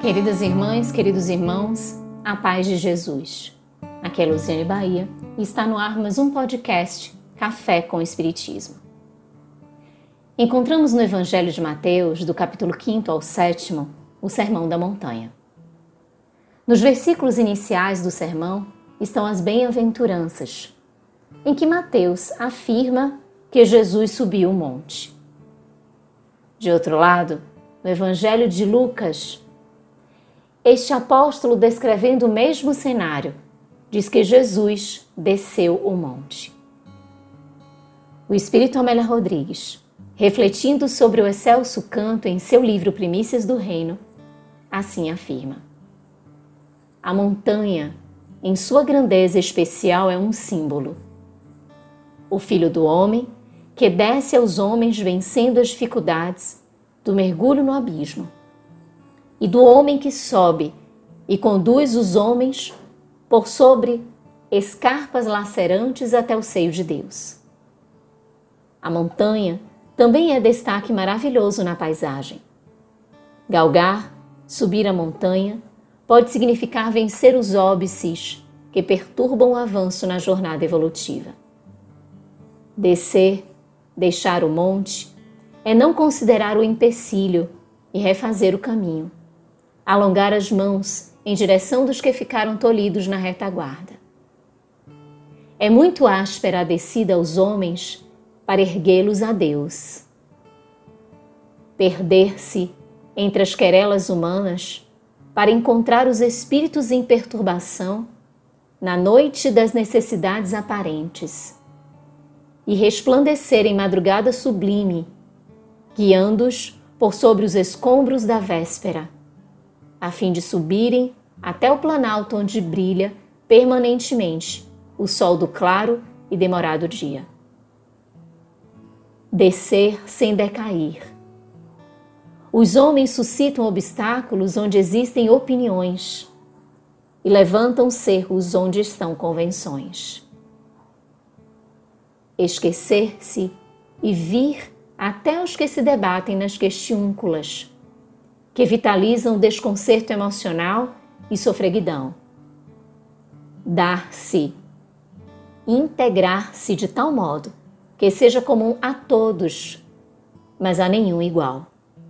Queridas irmãs, queridos irmãos, a paz de Jesus. Aqui é Luciane Bahia e está no ar mais um podcast Café com Espiritismo. Encontramos no Evangelho de Mateus, do capítulo 5 ao 7, o Sermão da Montanha. Nos versículos iniciais do sermão estão as bem-aventuranças, em que Mateus afirma que Jesus subiu o monte. De outro lado, no Evangelho de Lucas, este apóstolo, descrevendo o mesmo cenário, diz que Jesus desceu o monte. O Espírito Amélia Rodrigues, refletindo sobre o excelso canto em seu livro Primícias do Reino, assim afirma: a montanha, em sua grandeza especial, é um símbolo. O Filho do Homem, que desce aos homens vencendo as dificuldades do mergulho no abismo, e do homem que sobe e conduz os homens por sobre escarpas lacerantes até o seio de Deus. A montanha também é destaque maravilhoso na paisagem. Galgar, subir a montanha, pode significar vencer os óbices que perturbam o avanço na jornada evolutiva. Descer, deixar o monte, é não considerar o empecilho e refazer o caminho. Alongar as mãos em direção dos que ficaram tolhidos na retaguarda. É muito áspera a descida aos homens para erguê-los a Deus. Perder-se entre as querelas humanas para encontrar os espíritos em perturbação na noite das necessidades aparentes e resplandecer em madrugada sublime, guiando-os por sobre os escombros da véspera, a fim de subirem até o planalto onde brilha permanentemente o sol do claro e demorado dia. Descer sem decair. Os homens suscitam obstáculos onde existem opiniões e levantam cerros onde estão convenções. Esquecer-se e vir até os que se debatem nas questiúnculas, que vitalizam o desconcerto emocional e sofreguidão. Dar-se, integrar-se de tal modo que seja comum a todos, mas a nenhum igual.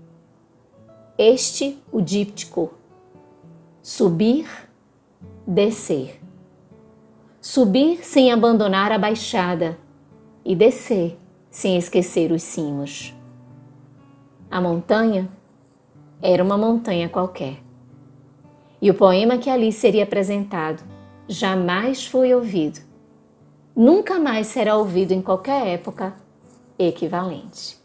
Este o díptico: subir, descer. Subir sem abandonar a baixada e descer sem esquecer os cimos. A montanha era uma montanha qualquer. E o poema que ali seria apresentado jamais foi ouvido. Nunca mais será ouvido em qualquer época equivalente.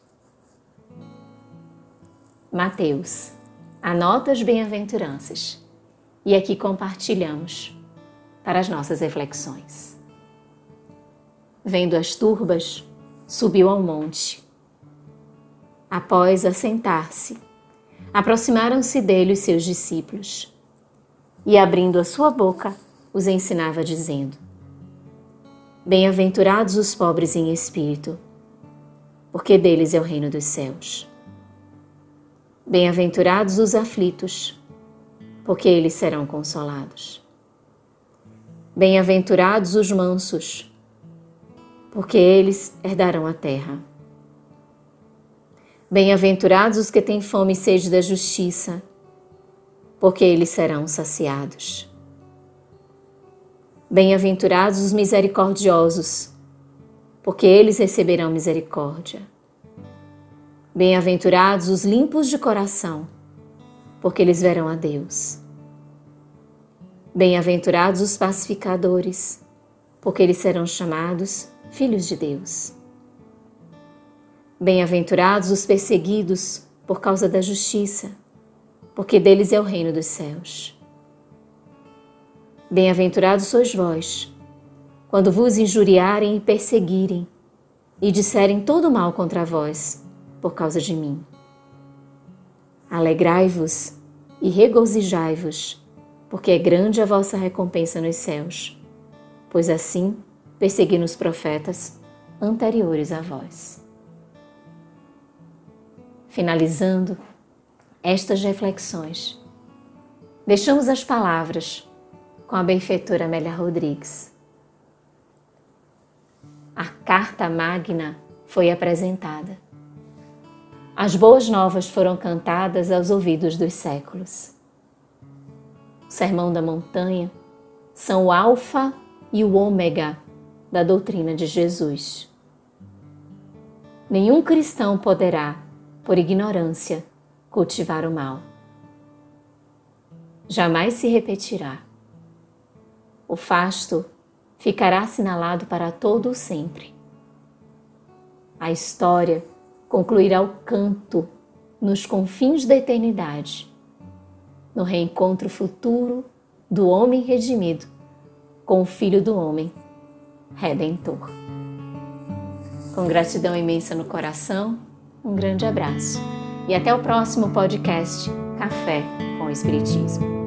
Mateus, anota as bem-aventuranças e aqui compartilhamos para as nossas reflexões. Vendo as turbas, subiu ao monte. Após assentar-se, aproximaram-se dele os seus discípulos e, abrindo a sua boca, os ensinava dizendo: bem-aventurados os pobres em espírito, porque deles é o reino dos céus. Bem-aventurados os aflitos, porque eles serão consolados. Bem-aventurados os mansos, porque eles herdarão a terra. Bem-aventurados os que têm fome e sede da justiça, porque eles serão saciados. Bem-aventurados os misericordiosos, porque eles receberão misericórdia. Bem-aventurados os limpos de coração, porque eles verão a Deus. Bem-aventurados os pacificadores, porque eles serão chamados filhos de Deus. Bem-aventurados os perseguidos por causa da justiça, porque deles é o reino dos céus. Bem-aventurados sois vós, quando vos injuriarem e perseguirem, e disserem todo mal contra vós, por causa de mim. Alegrai-vos e regozijai-vos, porque é grande a vossa recompensa nos céus, pois assim perseguiram os profetas anteriores a vós. Finalizando estas reflexões, Deixamos as palavras com a benfeitora Amélia Rodrigues. A Carta Magna foi apresentada. As boas novas foram cantadas aos ouvidos dos séculos. O Sermão da Montanha são o alfa e o ômega da doutrina de Jesus. Nenhum cristão poderá, por ignorância, cultivar o mal. Jamais se repetirá. O fasto ficará assinalado para todo o sempre. A história concluirá o canto nos confins da eternidade, no reencontro futuro do homem redimido com o Filho do Homem Redentor. Com gratidão imensa no coração, um grande abraço e até o próximo podcast Café com o Espiritismo.